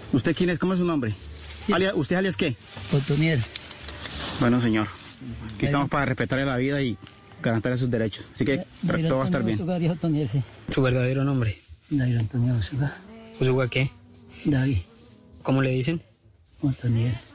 ¿Usted quién es? ¿Cómo es su nombre? Sí. ¿Usted alias qué? Otoniel. Bueno, señor. Aquí estamos para respetarle la vida y garantizar sus derechos. Así que todo va a estar bien. Otoniel, sí. ¿Su verdadero nombre? David Antonio Osuga. ¿Osuga qué? David ¿Cómo le dicen? Otoniel.